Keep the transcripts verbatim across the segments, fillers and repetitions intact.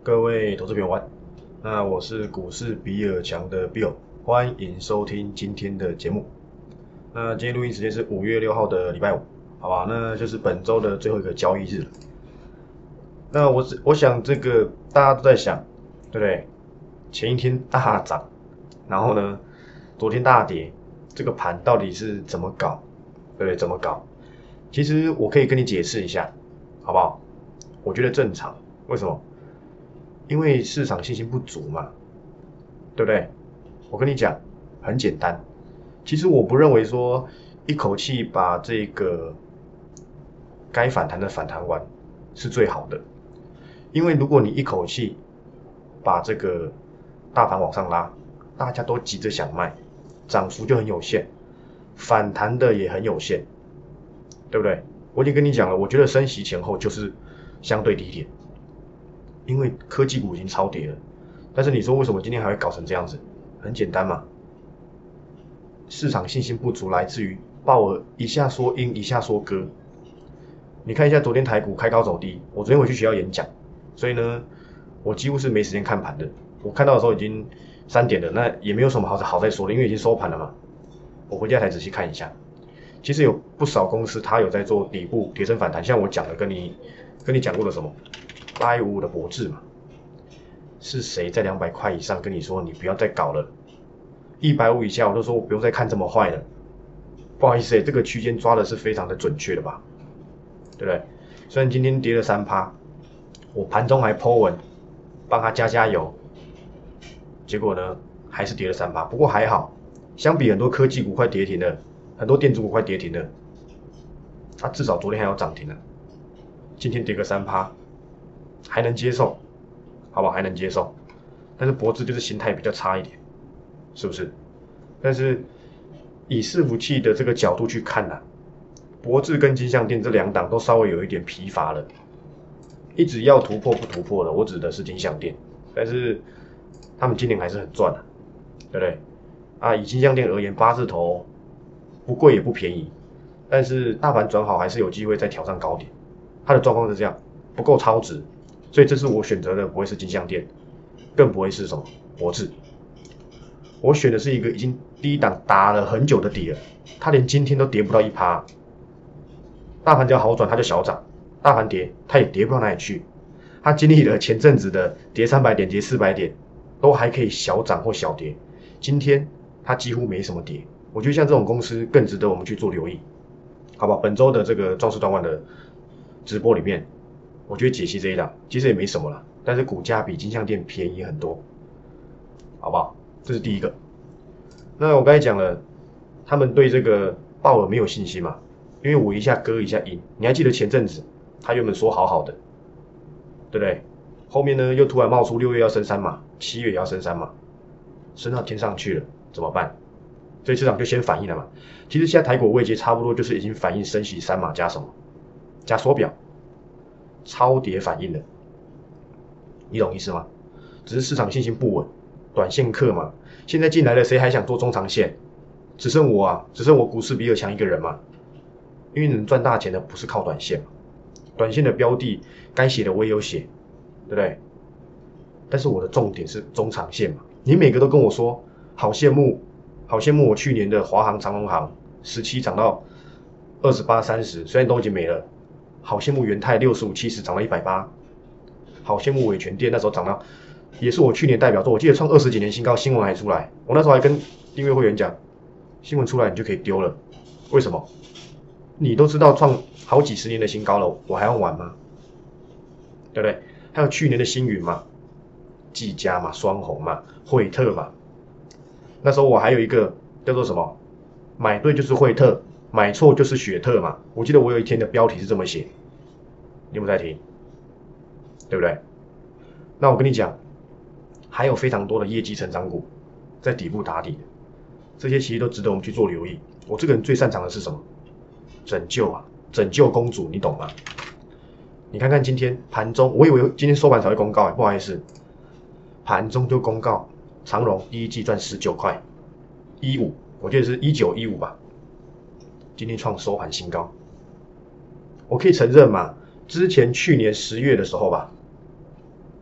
各位投资朋友晚，那我是股市比尔强的 Bill，欢迎收听今天的节目。那今天录音时间是五月六号的礼拜五，好吧？那就是本周的最后一个交易日了。那我我想这个大家都在想，对不对？前一天大涨，然后呢，昨天大跌，这个盘到底是怎么搞？对不对？怎么搞？其实我可以跟你解释一下，好不好？我觉得正常，为什么？因为市场信心不足嘛，对不对？我跟你讲，很简单。其实我不认为说一口气把这个该反弹的反弹完是最好的，因为如果你一口气把这个大盘往上拉，大家都急着想卖，涨幅就很有限，反弹的也很有限，对不对？我已经跟你讲了，我觉得升息前后就是相对低点。因为科技股已经超跌了，但是你说为什么今天还会搞成这样子？很简单嘛，市场信心不足来自于鲍尔一下说鹰一下说鸽。你看一下昨天台股开高走低，我昨天回去学校演讲，所以呢，我几乎是没时间看盘的。我看到的时候已经三点了，那也没有什么好好再说的，因为已经收盘了嘛。我回家才仔细看一下，其实有不少公司它有在做底部跌升反弹，像我讲的跟你跟你讲过的什么？八一五五的博智嘛，是谁在两百块以上跟你说你不要再搞了？一百五以下我都说我不用再看这么坏了。不好意思、欸，这个区间抓的是非常的准确的吧？对不对？虽然今天跌了三趴，我盘中还 po 文帮他加加油，结果呢还是跌了三趴。不过还好，相比很多科技股快跌停了，很多电子股快跌停了，它、啊、至少昨天还有涨停了，今天跌个三趴。还能接受，好不好？还能接受，但是博智就是心态比较差一点，是不是？但是以伺服器的这个角度去看啊，博智跟金像电这两档都稍微有一点疲乏了，一直要突破不突破的，我指的是金像电，但是他们今年还是很赚的、啊，对不对？啊，以金像电而言，八字头不贵也不便宜，但是大盘转好还是有机会再挑战高点，它的状况是这样，不够超值。所以这次我选择的不会是金像电，更不会是什么博智。我选的是一个已经低档打了很久的底了，它连今天都跌不到一趴。大盘只要好转，它就小涨；大盘跌，它也跌不到哪里去。它经历了前阵子的跌三百点、跌四百点，都还可以小涨或小跌。今天它几乎没什么跌。我觉得像这种公司更值得我们去做留意，好不好？本周的这个壮士断腕的直播里面。我觉得解析这一档其实也没什么啦，但是股价比金像电便宜很多，好不好？这是第一个。那我刚才讲了，他们对这个鲍尔没有信心嘛，因为我一下割一下赢。你还记得前阵子他原本说好好的，对不对？后面呢又突然冒出六月要升三码，七月也要升三码，升到天上去了，怎么办？所以市场就先反应了嘛。其实现在台股位阶差不多就是已经反映升息三码加什么？加缩表。超跌反应的，你懂意思吗？只是市场信心不稳，短线客嘛。现在进来了，谁还想做中长线？只剩我啊，只剩我股市比尔强一个人嘛。因为能赚大钱的不是靠短线嘛，短线的标的该写的我也有写，对不对？但是我的重点是中长线嘛。你每个都跟我说，好羡慕，好羡慕我去年的华航、长荣航十七涨到二十八、三十，虽然都已经没了。好羡慕元泰六十五、七十涨到一百八，好羡慕伟全电那时候涨到，也是我去年代表作，我记得创二十几年新高，新闻还出来，我那时候还跟订阅会员讲，新闻出来你就可以丢了，为什么？你都知道创好几十年的新高了，我还要玩吗？对不对？还有去年的星云嘛，技嘉嘛，双红嘛，惠特嘛，那时候我还有一个叫做什么，买对就是惠特。买错就是雪特嘛，我记得我有一天的标题是这么写，你有没有在听？对不对？那我跟你讲，还有非常多的业绩成长股在底部打底的，这些其实都值得我们去做留意。我这个人最擅长的是什么？拯救啊，拯救公主，你懂吗？你看看今天盘中，我以为今天收盘才会公告，不好意思，盘中就公告，长荣第一季赚十九块一五，我记得是一九一五吧。今天创收盘新高，我可以承认嘛，之前去年十月的时候吧，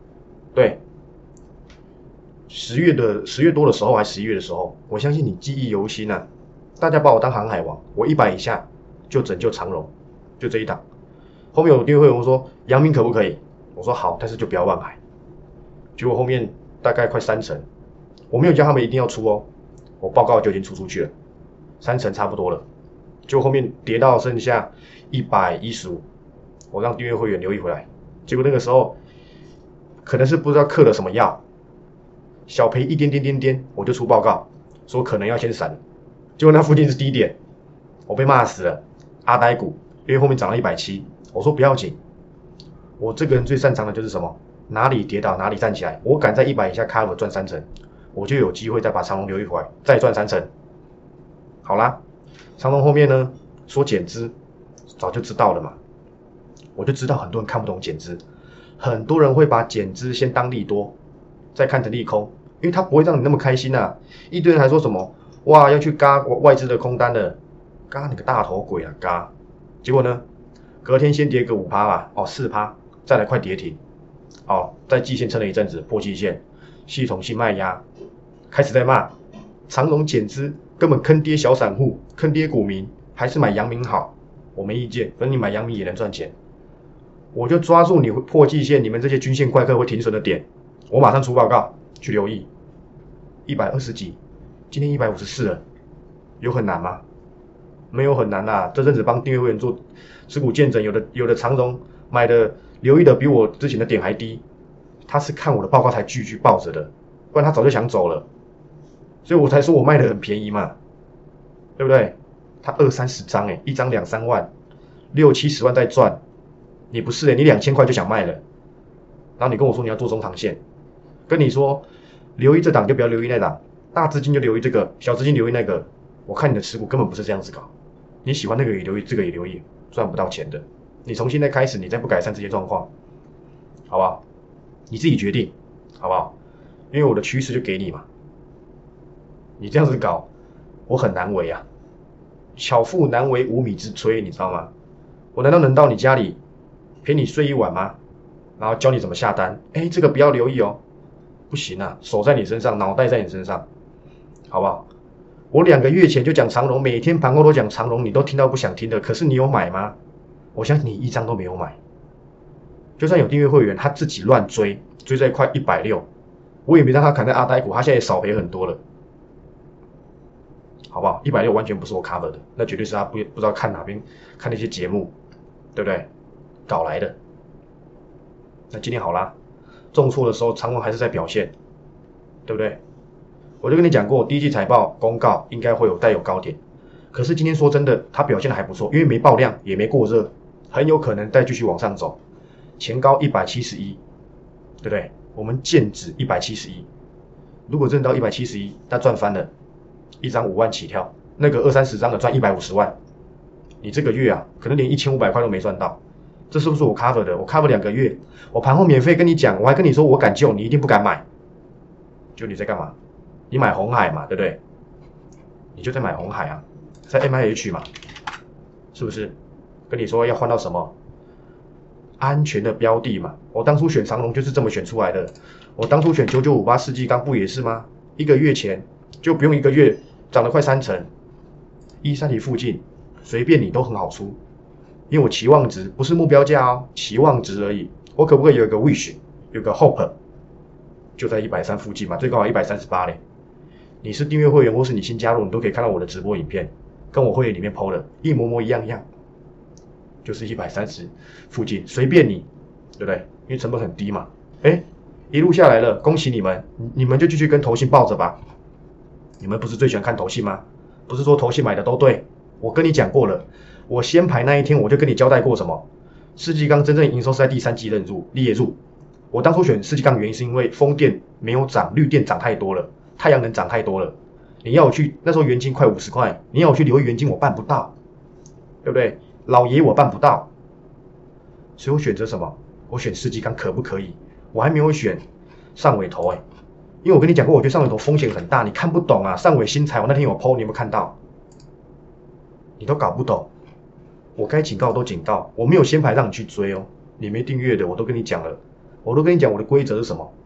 对，十月的十月多的时候还十一月的时候，我相信你记忆犹新啊。大家把我当航海王，我一百以下就拯救长荣，就这一档。后面有订阅会员说阳明可不可以？我说好，但是就不要万海。结果后面大概快三成，我没有叫他们一定要出哦，我报告就已经出出去了，三成差不多了。结果后面跌到剩下一百一十五，我让订阅会员留意回来。结果那个时候可能是不知道嗑了什么药，小赔一点点点点，我就出报告说可能要先闪。结果那附近是低点，我被骂死了，阿呆股，因为后面涨了一百七十，我说不要紧，我这个人最擅长的就是什么？哪里跌倒哪里站起来，我敢在一百以下 cover 赚三成，我就有机会再把长荣留意回来，再赚三成。好啦，长荣后面呢说减资，早就知道了嘛，我就知道很多人看不懂减资，很多人会把减资先当利多，再看成利空，因为他不会让你那么开心啊。一堆人还说什么哇要去嘎外资的空单了，嘎你个大头鬼啊嘎！结果呢，隔天先跌个 百分之五 吧，哦 百分之四， 再来快跌停，哦在季线撑了一阵子破季线，系统性卖压，开始在骂长荣减资根本坑爹小散户，坑爹股民，还是买阳明好。我没意见，反正你买阳明也能赚钱。我就抓住你破季线，你们这些均线怪客会停损的点，我马上出报告去留意。一百二十几，今天一百五十四了，有很难吗？没有很难啦、啊。这阵子帮订阅会员做持股见证，有的有的长荣买的留意的比我之前的点还低，他是看我的报告才继续抱着的，不然他早就想走了。所以我才说我卖的很便宜嘛，对不对？他二三十张哎，一张两三万，六七十万在赚，你不是哎，你两千块就想卖了，然后你跟我说你要做中长线，跟你说留意这档就不要留意那档，大资金就留意这个，小资金留意那个。我看你的持股根本不是这样子搞，你喜欢那个也留意，这个也留意，赚不到钱的。你从现在开始，你再不改善这些状况，好不好？你自己决定，好不好？因为我的趋势就给你嘛。你这样子搞，我很难为啊。巧妇难为无米之炊，你知道吗？我难道能到你家里陪你睡一晚吗？然后教你怎么下单？哎，这个不要留意哦，不行啊，手在你身上，脑袋在你身上，好不好？我两个月前就讲长荣，每天盘后都讲长荣，你都听到不想听的，可是你有买吗？我相信你一张都没有买。就算有订阅会员，他自己乱追，追在快一百六十，我也没让他砍在阿呆股，他现在也少赔很多了。好不好？一百六十完全不是我 cover 的，那绝对是他不不知道看哪边看那些节目，对不对？搞来的。那今天好啦，重挫的时候长荣还是在表现，对不对？我就跟你讲过，第一季财报公告应该会有带有高点，可是今天说真的，它表现的还不错，因为没爆量也没过热，很有可能再继续往上走，前高一百七十一，对不对？我们剑指一百七十一，如果真的到一百七十一，那赚翻了。一张五万起跳，那个二三十张的赚一百五十万，你这个月啊，可能连一千五百块都没赚到，这是不是我 cover 的？我 cover 两个月，我盘后免费跟你讲，我还跟你说我敢救，你一定不敢买，就你在干嘛？你买鸿海嘛，对不对？你就在买鸿海啊，在 M I H 嘛，是不是？跟你说要换到什么安全的标的嘛？我当初选长荣就是这么选出来的，我当初选九九五八世纪钢不也是吗？一个月前就不用一个月。涨了快三成，一三零附近，随便你都很好出，因为我期望值不是目标价哦，期望值而已。我可不可以有一个 wish， 有个 hope， 就在一百三附近嘛，最高好一百三十八嘞。你是订阅会员或是你新加入，你都可以看到我的直播影片，跟我会员里面 P O 的一模模一样样，就是一百三十附近，随便你，对不对？因为成本很低嘛。哎，一路下来了，恭喜你们，你们就继续跟投信抱着吧。你们不是最喜欢看投信吗？不是说投信买的都对，我跟你讲过了，我先排那一天我就跟你交代过什么，世纪钢真正营收是在第三季认入列入。我当初选世纪钢原因是因为风电没有涨，绿电涨太多了，太阳能涨太多了。你要我去那时候元金快五十块，你要我去留意元金我办不到，对不对？老爷我办不到，所以我选择什么？我选世纪钢可不可以？我还没有选上尾头哎、欸。因为我跟你讲过，我觉得上尾头风险很大，你看不懂啊。上尾新材，我那天有 P O， 你有没有看到？你都搞不懂，我该警告都警告，我没有先排让你去追哦。你没订阅的，我都跟你讲了，我都跟你讲我的规则是什么，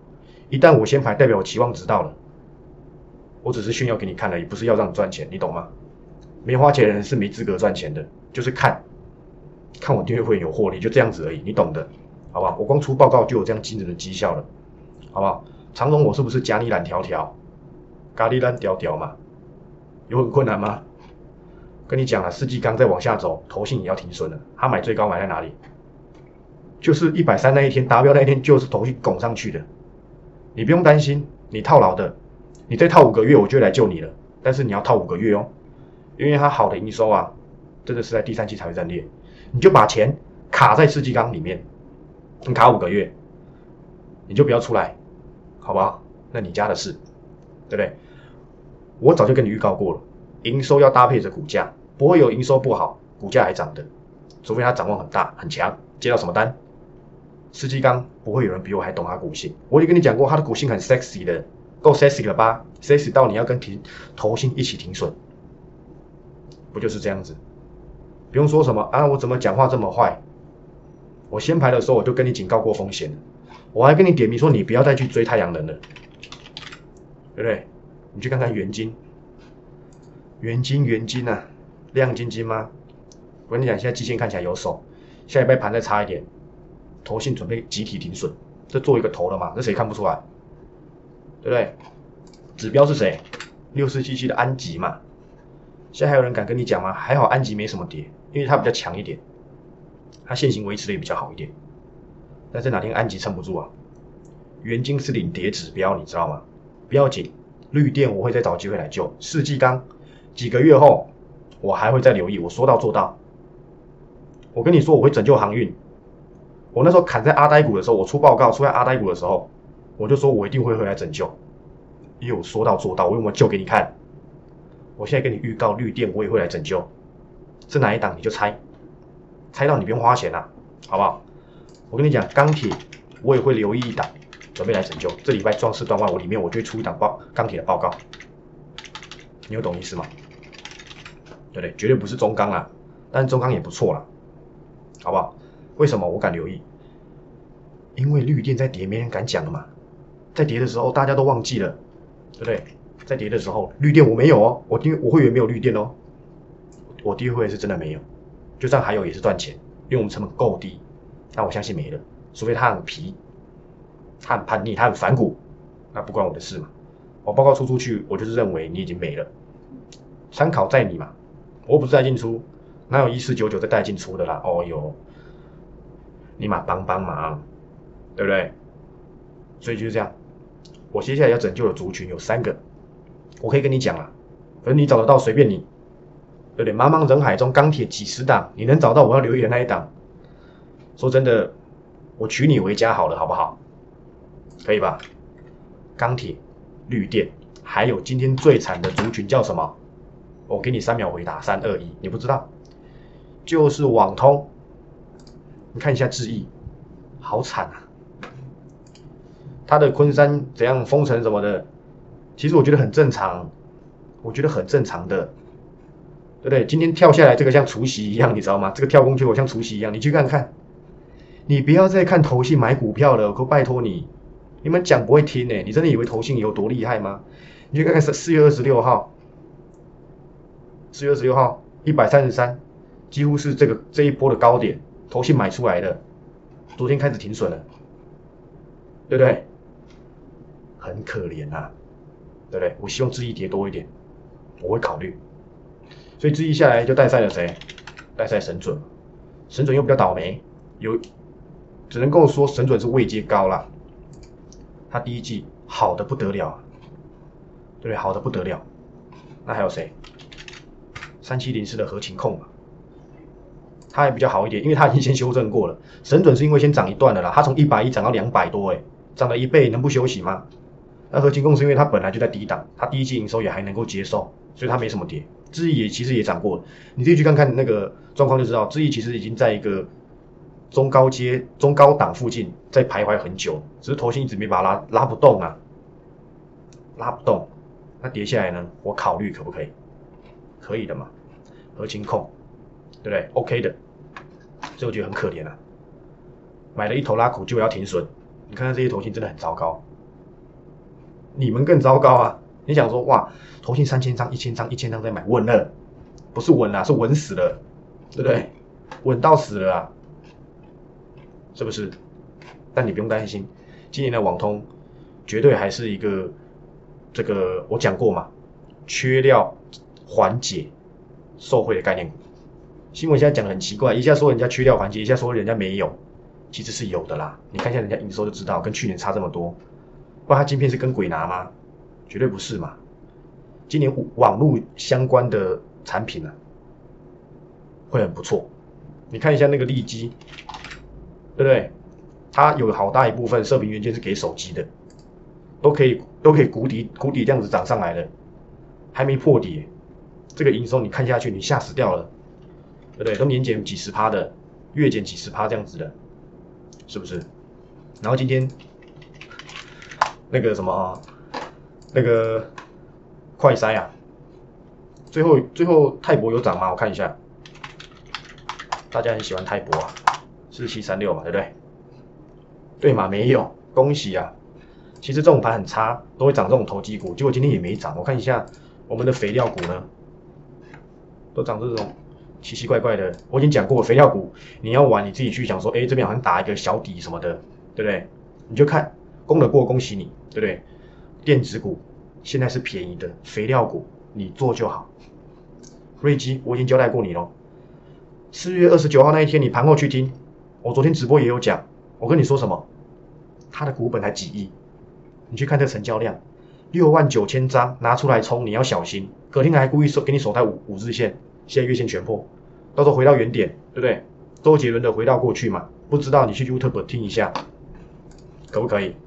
一旦我先排，代表我期望值到了，我只是炫耀给你看而已，不是要让你赚钱，你懂吗？没花钱的人是没资格赚钱的，就是看，看我订阅会有获利，就这样子而已，你懂的，好不好？我光出报告就有这样惊人的绩效了，好不好？长荣我是不是夹你懒条条，咖喱烂屌屌嘛？有很困难吗？跟你讲了，世纪钢再往下走，投信也要停损了。他买最高买在哪里？就是一百三那一天达标那一天，就是投信拱上去的。你不用担心，你套牢的，你再套五个月，我就来救你了。但是你要套五个月哦，因为它好的营收啊，真的是在第三季才会认列。你就把钱卡在世纪钢里面，你卡五个月，你就不要出来，好不好？那你家的事，对不对？我早就跟你预告过了，营收要搭配着股价，不会有营收不好，股价还涨的，除非它展望很大很强，接到什么单。世纪钢不会有人比我还懂它股性，我已经跟你讲过，它的股性很 sexy 的，够 sexy 了吧 ？sexy 到你要跟停投信一起停损，不就是这样子？不用说什么啊，我怎么讲话这么坏？我先排的时候我就跟你警告过风险了，我还跟你点名说你不要再去追太阳能了，对不对？你去看看元晶，元晶元晶啊，亮晶晶吗？我跟你讲，现在季线看起来有手，下礼拜盘再差一点，投信准备集体停损，这做一个头了嘛？这谁看不出来？对不对？指标是谁？六四七七的安吉嘛。现在还有人敢跟你讲吗？还好安吉没什么跌，因为它比较强一点，它现行维持的也比较好一点。但是哪天安吉撑不住啊？元晶是领跌指标，你知道吗？不要紧，绿电我会再找机会来救。世纪钢几个月后我还会再留意，我说到做到。我跟你说我会拯救航运。我那时候砍在阿呆股的时候，我出报告出在阿呆股的时候，我就说我一定会回来拯救，因为我说到做到，我有没有救给你看？我现在跟你预告绿电我也会来拯救，是哪一档你就猜，猜到你不用花钱啦、啊，好不好？我跟你讲，钢铁我也会留意一档，准备来拯救。这礼拜壮士断腕，我里面我就会出一档报钢铁的报告，你有懂意思吗？对不对？绝对不是中钢啦，但是中钢也不错啦，好不好？为什么我敢留意？因为绿电在跌，没人敢讲了嘛。在跌的时候大家都忘记了，对不对？在跌的时候，绿电我没有哦，我订我会员没有绿电哦，我第一会员是真的没有，就算还有也是赚钱，因为我们成本够低。但我相信没了，除非他很皮，他很叛逆，他很反骨，那不关我的事嘛。我报告出出去，我就是认为你已经没了，参考在你嘛，我不是带进出，哪有一四九九在带进出的啦？哦哟，你嘛帮帮忙，对不对？所以就是这样，我接下来要拯救的族群有三个。我可以跟你讲啦，反正你找得到随便你，对不对？茫茫人海中，钢铁几十档，你能找到我要留意的那一档，说真的，我娶你为家好了，好不好？可以吧？钢铁、绿电，还有今天最惨的族群叫什么？我给你三秒回答，三二一，你不知道，就是网通。你看一下智毅，好惨啊！他的昆山怎样封城什么的。其实我觉得很正常，我觉得很正常的，对不对？今天跳下来这个像除夕一样，你知道吗？这个跳空缺口像除夕一样，你去看看。你不要再看投信买股票了，我拜托你，你们讲不会听呢。你真的以为投信有多厉害吗？你去看看四月二十六号，四月二十六号一百三十三，几乎是这个这一波的高点，投信买出来的，昨天开始停损了，对不对？很可怜啊。对不对？我希望智毅跌多一点，我会考虑。所以智毅下来就带赛了谁？带赛神准，神准又比较倒霉，有只能够说神准是位阶高啦。他第一季好的不得了，对不对？好的不得了。那还有谁？三七零四的合勤控嘛，他还比较好一点，因为他已经先修正过了。神准是因为先涨一段的啦，他从一百一涨到两百多，哎，涨了一倍，能不休息吗？那合勤控是因为它本来就在低档，它第一季营收也还能够接受，所以它没什么跌。智毅也其实也涨过了，你自己去看看那个状况就知道，智毅其实已经在一个中高阶、中高档附近在徘徊很久，只是投信一直没把它拉拉不动啊，拉不动。那跌下来呢？我考虑可不可以？可以的嘛，合勤控，对不对 ？OK 的，所以我觉得很可怜啊，买了一头拉苦就要停损，你看看这些投信真的很糟糕。 你们更糟糕啊！你想说哇，投信三千张、一千张、一千张在买，稳了，不是稳了，是稳死了，对不对？稳到死了啊，是不是？但你不用担心，今年的网通绝对还是一个这个我讲过嘛，缺料缓解受惠的概念股。新闻现在讲的很奇怪，一下说人家缺料缓解，一下说人家没有，其实是有的啦。你看一下人家营收就知道，跟去年差这么多。不然它晶片是跟鬼拿吗？绝对不是嘛。今年网络相关的产品啊，会很不错。你看一下那个利基，对不对？它有好大一部分射频元件是给手机的，都可以都可以谷底谷底这样子涨上来的，还没破底，这个营收你看下去你吓死掉了，对不对？都年减几十趴的，月减几十趴这样子的，是不是？然后今天那个什么啊，那个快筛啊，最后最后泰博有涨吗？我看一下，大家很喜欢泰博啊，四七三六嘛，对不对？对嘛，没有，恭喜啊！其实这种盘很差，都会涨这种投机股，结果今天也没涨。我看一下我们的肥料股呢，都涨这种奇奇怪怪的。我已经讲过，肥料股你要玩，你自己去想说，哎，这边好像打一个小底什么的，对不对？你就看攻得过，恭喜你，对不对？电子股现在是便宜的，肥料股你做就好。瑞基我已经交代过你咯，四月二十九号那一天你盘后去听，我昨天直播也有讲。我跟你说什么？它的股本才几亿，你去看这成交量，六万九千张拿出来冲，你要小心。隔天还故意给你守在五五日线，现在月线全破，到时候回到原点，对不对？周杰伦的回到过去嘛，不知道你去 YouTube 听一下，可不可以？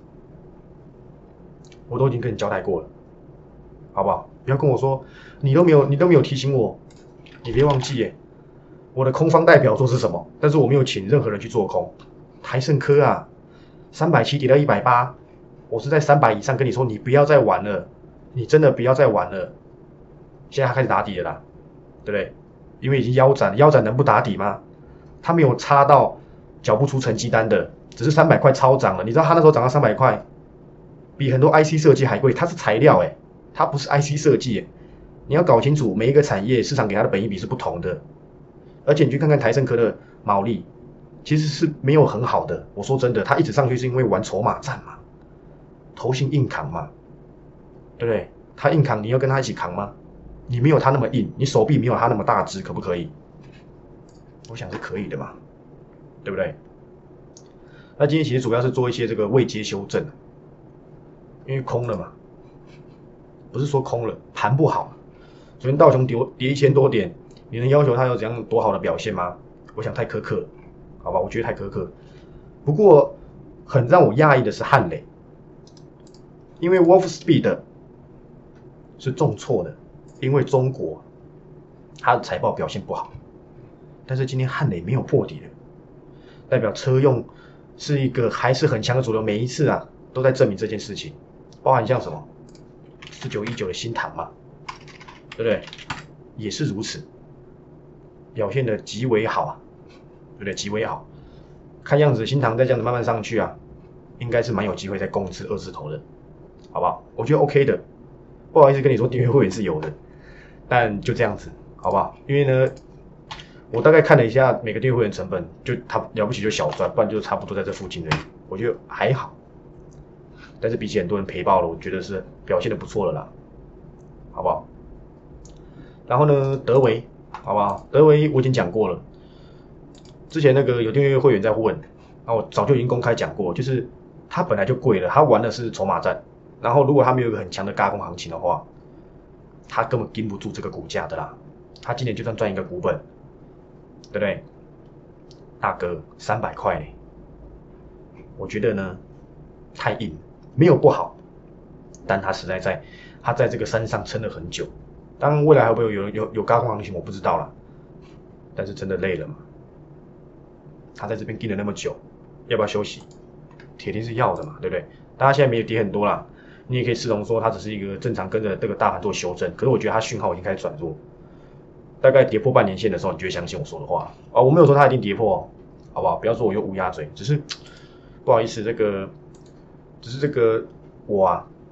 我都已经跟你交代过了，好不好？不要跟我说你都没有你都没有提醒我，你别忘记耶，我的空方代表作是什么？但是我没有请任何人去做空。台胜科啊，三百七跌到一百八，我是在三百以上跟你说，你不要再玩了，你真的不要再玩了。现在它开始打底了啦，对不对？因为已经腰斩，腰斩能不打底吗？它没有差到缴不出成绩单的，只是三百块超涨了。你知道它那时候涨到三百块，比很多 I C 设计还贵，它是材料诶，它不是 I C 设计诶。你要搞清楚每一个产业市场给它的本益比是不同的，而且你去看看台胜科的毛利。其实是没有很好的，我说真的，他一直上去是因为玩筹码战嘛，投信硬扛嘛，对不对？他硬扛，你要跟他一起扛吗？你没有他那么硬，你手臂没有他那么大只，可不可以？我想是可以的嘛，对不对？那今天其实主要是做一些这个位阶修正，因为空了嘛，不是说空了，盘不好，昨天道琼跌跌一千多点，你能要求他有怎样多好的表现吗？我想太苛刻了。好吧，我觉得太苛刻。不过很让我讶异的是汉磊，因为 Wolfspeed 是重挫的，因为中国它的财报表现不好，但是今天汉磊没有破底了，代表车用是一个还是很强的主流。每一次啊都在证明这件事情，包含像什么四九一九的新唐嘛，对不对？也是如此，表现的极为好啊。对不对？极为好，看样子新唐再这样子慢慢上去啊，应该是蛮有机会再攻一次二字头的，好不好？我觉得 OK 的，不好意思跟你说订阅会员是有的，但就这样子，好不好？因为呢，我大概看了一下每个订阅会员成本，就他了不起就小赚，不然就差不多在这附近而已，我觉得还好。但是比起很多人赔爆了，我觉得是表现的不错了啦，好不好？然后呢，德维，好不好？德维我已经讲过了。之前那个有订阅会员在问，啊，我早就已经公开讲过，就是它本来就贵了，它玩的是筹码战，然后如果它没有一个很强的轧空行情的话，它根本盯不住这个股价的啦。它今年就算赚一个股本，对不对？大哥三百块呢，我觉得呢太硬，没有不好，但它实在在它在这个山上撑了很久。当然未来会不会有有有有轧空行情我不知道啦，但是真的累了嘛。他在这边盯了那么久，要不要休息？铁定是要的嘛，对不对？大家现在没有跌很多啦，你也可以视同说它只是一个正常跟着这个大盘做修正。可是我觉得它讯号已经开始转弱，大概跌破半年线的时候，你就会相信我说的话啊。我没有说它一定跌破哦，好不好？不要说我又乌鸦嘴，只是不好意思，这个只是这个我啊，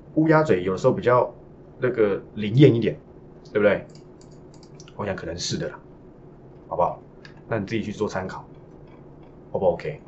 乌鸦嘴有的时候比较那个灵验一点，对不对？我想可能是的啦，好不好？那你自己去做参考 ，O 不 OK？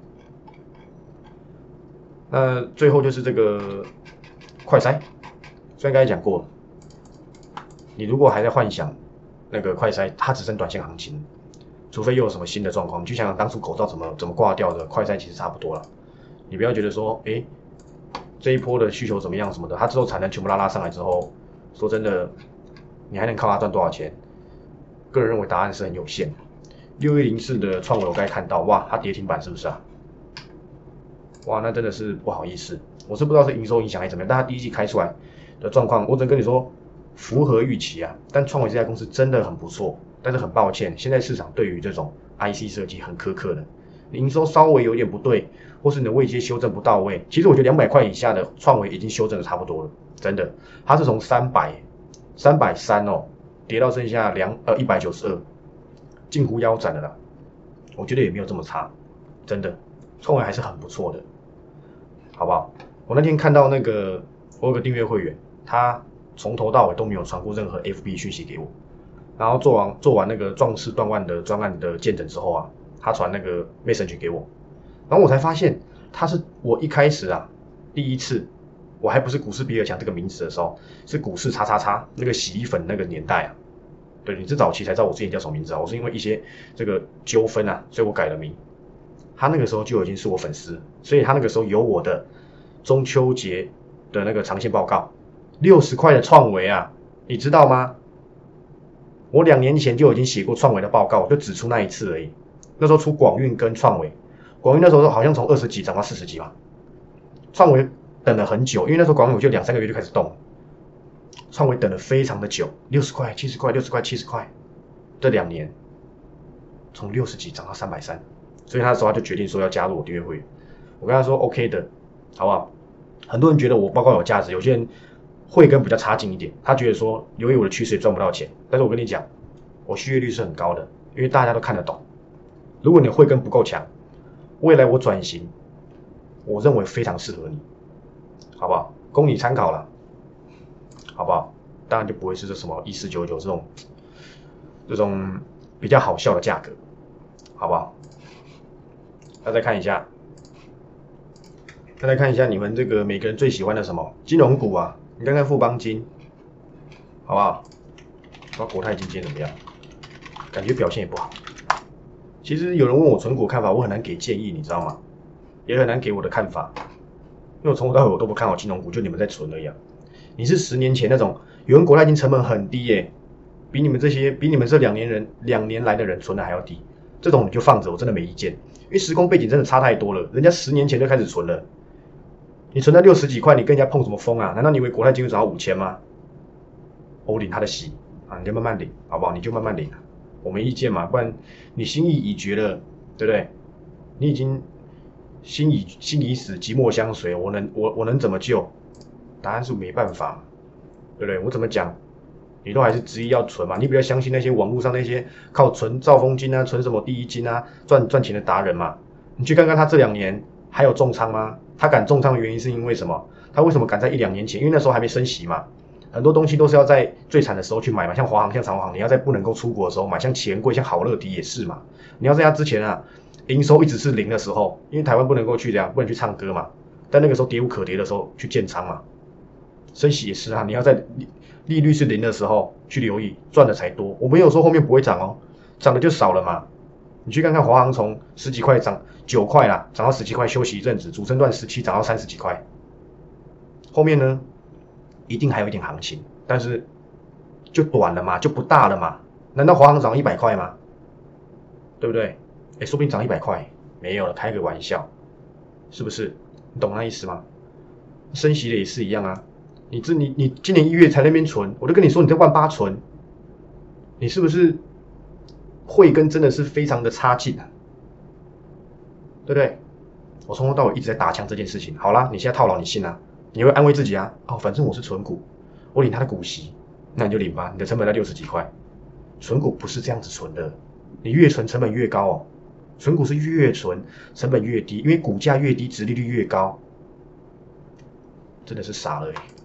那最后就是这个快筛，虽然刚才讲过了，你如果还在幻想那个快筛，它只剩短线行情，除非又有什么新的状况，你去想想当初口罩怎么怎么挂掉的，快筛其实差不多了。你不要觉得说，哎，这一波的需求怎么样什么的，它之后产能全部拉拉上来之后，说真的，你还能靠它赚多少钱？个人认为答案是很有限的。六一零四的创维我刚才看到，哇，它跌停板是不是啊？哇，那真的是不好意思，我是不知道是营收影响还是怎么样，但它第一季开出来的状况，我只能跟你说符合预期啊。但创维这家公司真的很不错，但是很抱歉，现在市场对于这种 I C 设计很苛刻的，营收稍微有点不对，或是你的位阶修正不到位，其实我觉得两百块以下的创维已经修正的差不多了，真的，它是从三百、三百三哦，跌到剩下两呃一百九十二，近乎腰斩的啦。我觉得也没有这么差，真的，创维还是很不错的。好不好？我那天看到那个，我有个订阅会员，他从头到尾都没有传过任何 F B 讯息给我，然后做完做完那个壮士断腕的专案的见证之后啊，他传那个 message 给我，然后我才发现他是我一开始啊第一次，我还不是股市比尔强这个名词的时候，是股市叉叉叉那个洗衣粉那个年代啊。对，你是早期才知道我之前叫什么名字啊？我是因为一些这个纠纷啊，所以我改了名。他那个时候就已经是我粉丝，所以他那个时候有我的中秋节的那个长线报告，六十块的创维啊，你知道吗？我两年前就已经写过创维的报告，我就只出那一次而已。那时候出广运跟创维，广运那时候好像从二十几涨到四十几嘛，创维等了很久，因为那时候广运我就两三个月就开始动，创维等了非常的久，六十块、七十块、六十块、七十块，这两年从六十几涨到三百三。所以他那时候他就决定说要加入我订阅会员，我跟他说 OK 的，好不好？很多人觉得我报告有价值，有些人慧根比较差劲一点，他觉得说由于我的趋势也赚不到钱，但是我跟你讲，我续约率是很高的，因为大家都看得懂。如果你的慧根不够强，未来我转型，我认为非常适合你，好不好？供你参考了，好不好？当然就不会是这什么一四九九这种这种比较好笑的价格，好不好？大家再看一下，大家看一下你们这个每个人最喜欢的什么金融股啊？你看看富邦金，好不好？说国泰金今天怎么样？感觉表现也不好。其实有人问我存股看法，我很难给建议，你知道吗？也很难给我的看法，因为我从头到尾我都不看好金融股，就你们在存而已啊。你是十年前那种有人国泰金成本很低耶、欸，比你们这些比你们这两年人两年来的人存的还要低，这种你就放着，我真的没意见。因为时空背景真的差太多了，人家十年前就开始存了，你存到六十几块，你跟人家碰什么风啊？难道你以为国泰金会涨到五千吗？我领他的息啊，你就慢慢领，好不好？你就慢慢领，我没意见嘛，不然你心意已决了，对不对？你已经心已心已死，寂寞相随，我能我我能怎么救？答案是没办法，对不对？我怎么讲？你都还是执意要存嘛，你比较相信那些网络上那些靠存兆丰金啊、存什么第一金啊赚赚钱的达人嘛？你去看看他这两年还有重仓吗？他敢重仓的原因是因为什么？他为什么敢在一两年前？因为那时候还没升息嘛，很多东西都是要在最惨的时候去买嘛，像华航、像长荣航，你要在不能够出国的时候买，像钱柜、像好乐迪也是嘛。你要在它之前啊，营收一直是零的时候，因为台湾不能够去这样，不能去唱歌嘛，但那个时候跌无可跌的时候去建仓嘛。升息也是啊，你要在利率是零的时候去留意，赚的才多。我没有说后面不会涨哦，涨的就少了嘛。你去看看华航从十几块涨九块啦，涨到十几块，休息一阵子，主升段十七涨到三十几块。后面呢，一定还有一点行情，但是就短了嘛，就不大了嘛。难道华航涨一百块吗？对不对？哎，说不定涨一百块，没有了，开个玩笑，是不是？你懂那意思吗？升息的也是一样啊。你这你你今年一月才在那边存，我就跟你说你在万八存，你是不是慧根真的是非常的差劲啊？对不对？我从头到尾一直在打枪这件事情。好啦，你现在套牢，你信啊？你会安慰自己啊？哦，反正我是存股，我领他的股息，那你就领吧。你的成本在六十几块，存股不是这样子存的，你越存成本越高哦。存股是越存成本越低，因为股价越低，殖利率越高。真的是傻了欸。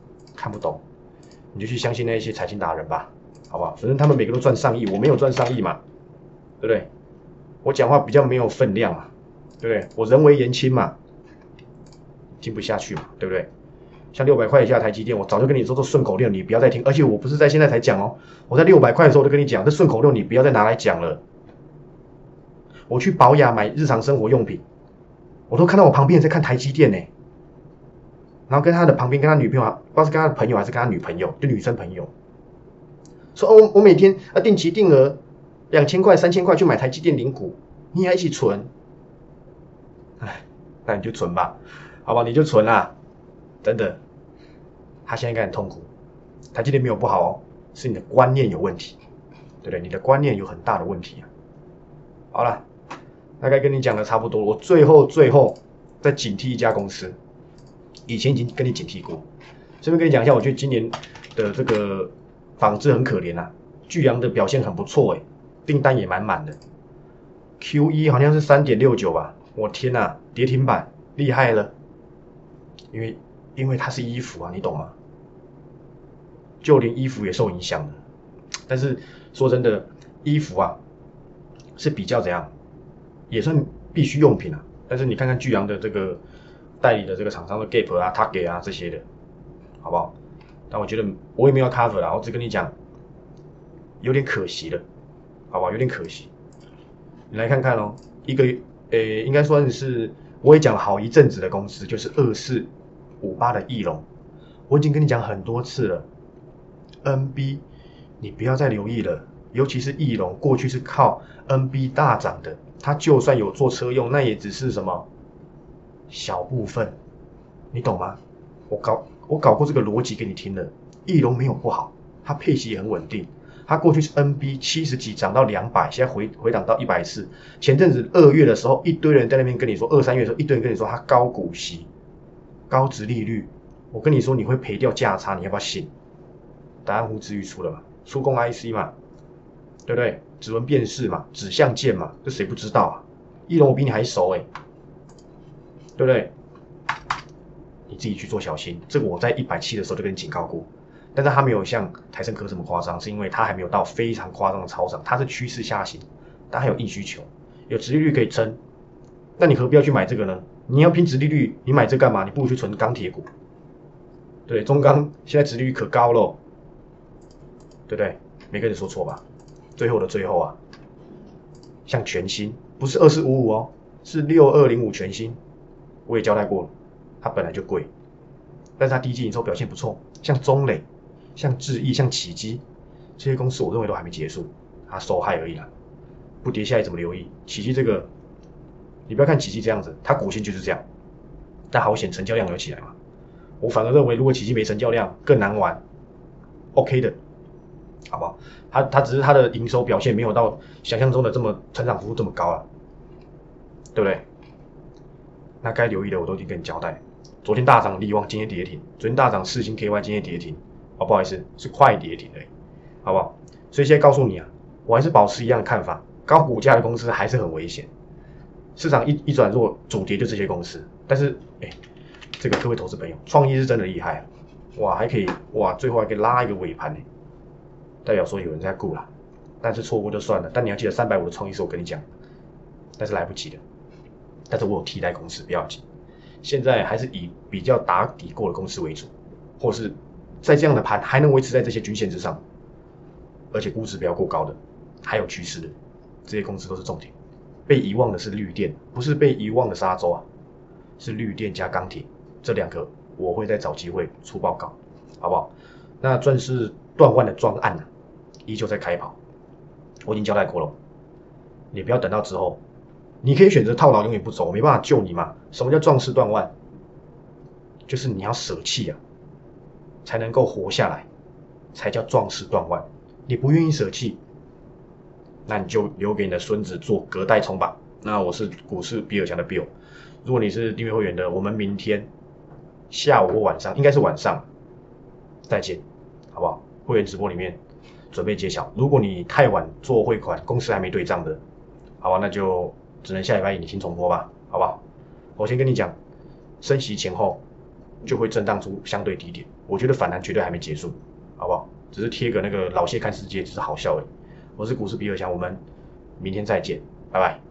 看不懂，你就去相信那些财经达人吧，好不好？反正他们每个都赚上亿，我没有赚上亿嘛，对不对？我讲话比较没有分量嘛，对不对？我人微言轻嘛，听不下去嘛，对不对？像六百块以下台积电，我早就跟你说这顺口溜，你不要再听。而且我不是在现在才讲哦，我在六百块的时候就跟你讲，这顺口溜你不要再拿来讲了。我去宝雅买日常生活用品，我都看到我旁边人在看台积电呢，然后跟他的旁边跟他女朋友，不知道是跟他的朋友还是跟他女朋友，就女生朋友，说哦，我每天啊定期定额两千块、三千块去买台积电零股，你也一起存，哎，那你就存吧，好吧，你就存啦，等等。他现在应该很痛苦，台积电没有不好哦，是你的观念有问题，对不对？你的观念有很大的问题啊。好了，大概跟你讲的差不多，我最后最后再警惕一家公司，以前已经跟你警惕过，这边跟你讲一下，我觉得今年的这个纺织很可怜啊，巨阳的表现很不错诶，订单也满满的 ，Q 一 好像是 三点六九 吧，我天哪，跌停板厉害了，因为因为它是衣服啊，你懂吗？就连衣服也受影响了。但是说真的，衣服啊是比较怎样，也算必需用品啊。但是你看看巨阳的这个代理的这个厂商的 Gap 啊、Target 啊这些的，好不好？但我觉得我也没有 cover 啦，我只跟你讲，有点可惜了，好不好？有点可惜。你来看看哦，一个诶，应该算是我也讲了好一阵子的公司，就是二四五八的翼龙，我已经跟你讲很多次了。N B， 你不要再留意了，尤其是翼龙，过去是靠 N B 大涨的，它就算有做车用，那也只是什么小部分，你懂吗？我搞我搞过这个逻辑给你听了，翼龙没有不好，它配息也很稳定，它过去是 N B 七十几涨到两百，现在回回档到一百四。前阵子二月的时候，一堆人在那边跟你说，二三月的时候，一堆人跟你说它高股息、高殖利率，我跟你说你会赔掉价差，你要不要信？答案呼之欲出了嘛，触控 I C 嘛，对不对？指纹辨识嘛，指向键嘛，这谁不知道啊？翼龙我比你还熟哎、欸，对不对？你自己去做小心，这个我在一百七的时候就跟你警告过，但是它没有像台胜科这么夸张，是因为它还没有到非常夸张的超涨，它是趋势下行，但还有硬需求，有殖利率可以撑，那你何必要去买这个呢？你要拼殖利率，你买这干嘛？你不如去存钢铁股，对，中钢现在殖利率可高了。对不对？没跟你说错吧？最后的最后啊，像全新不是二四五五哦，是六二零五全新，我也交代过了，它本来就贵，但是它第一季营收表现不错，像中磊、像智毅、像启基这些公司，我认为都还没结束，它受害而已啦，不跌下来怎么留意？启基这个，你不要看启基这样子，它股性就是这样，但好险成交量有起来嘛，我反而认为如果启基没成交量更难玩 ，OK 的。好不好？它它只是它的营收表现没有到想象中的这么成长幅度这么高了，对不对？那该留意的我都已经跟你交代。昨天大涨力旺，今天跌停；昨天大涨世星 K Y， 今天跌停。哦，不好意思，是快跌停的，好不好？所以现在告诉你啊，我还是保持一样的看法，高股价的公司还是很危险。市场一一转弱，主跌就这些公司。但是，哎，这个各位投资朋友，创意是真的厉害，哇，还可以哇，最后还可以拉一个尾盘呢。代表说有人在顾啦，但是错过就算了。但你要记得三百五的创意是我跟你讲，但是来不及了。但是我有替代公司，不要紧。现在还是以比较打底过的公司为主，或是在这样的盘还能维持在这些均线之上，而且估值不要过高的，还有趋势的，这些公司都是重点。被遗忘的是绿电，不是被遗忘的沙洲啊，是绿电加钢铁这两个，我会再找机会出报告，好不好？那钻石断腕的专案啊，依旧在开跑，我已经交代过了，你不要等到之后，你可以选择套牢永远不走，我没办法救你嘛。什么叫壮士断腕？就是你要舍弃啊，才能够活下来，才叫壮士断腕。你不愿意舍弃，那你就留给你的孙子做隔代冲吧。那我是股市比尔强的 Bill， 如果你是订阅会员的，我们明天下午或晚上，应该是晚上再见，好不好？会员直播里面准备揭晓。如果你太晚做汇款，公司还没对账的，好吧，那就只能下礼拜一你听重播吧，好不好？我先跟你讲，升息前后就会震荡出相对低点。我觉得反弹绝对还没结束，好不好？只是贴个那个老谢看世界，只是好笑而已。我是股市比尔强，我们明天再见，拜拜。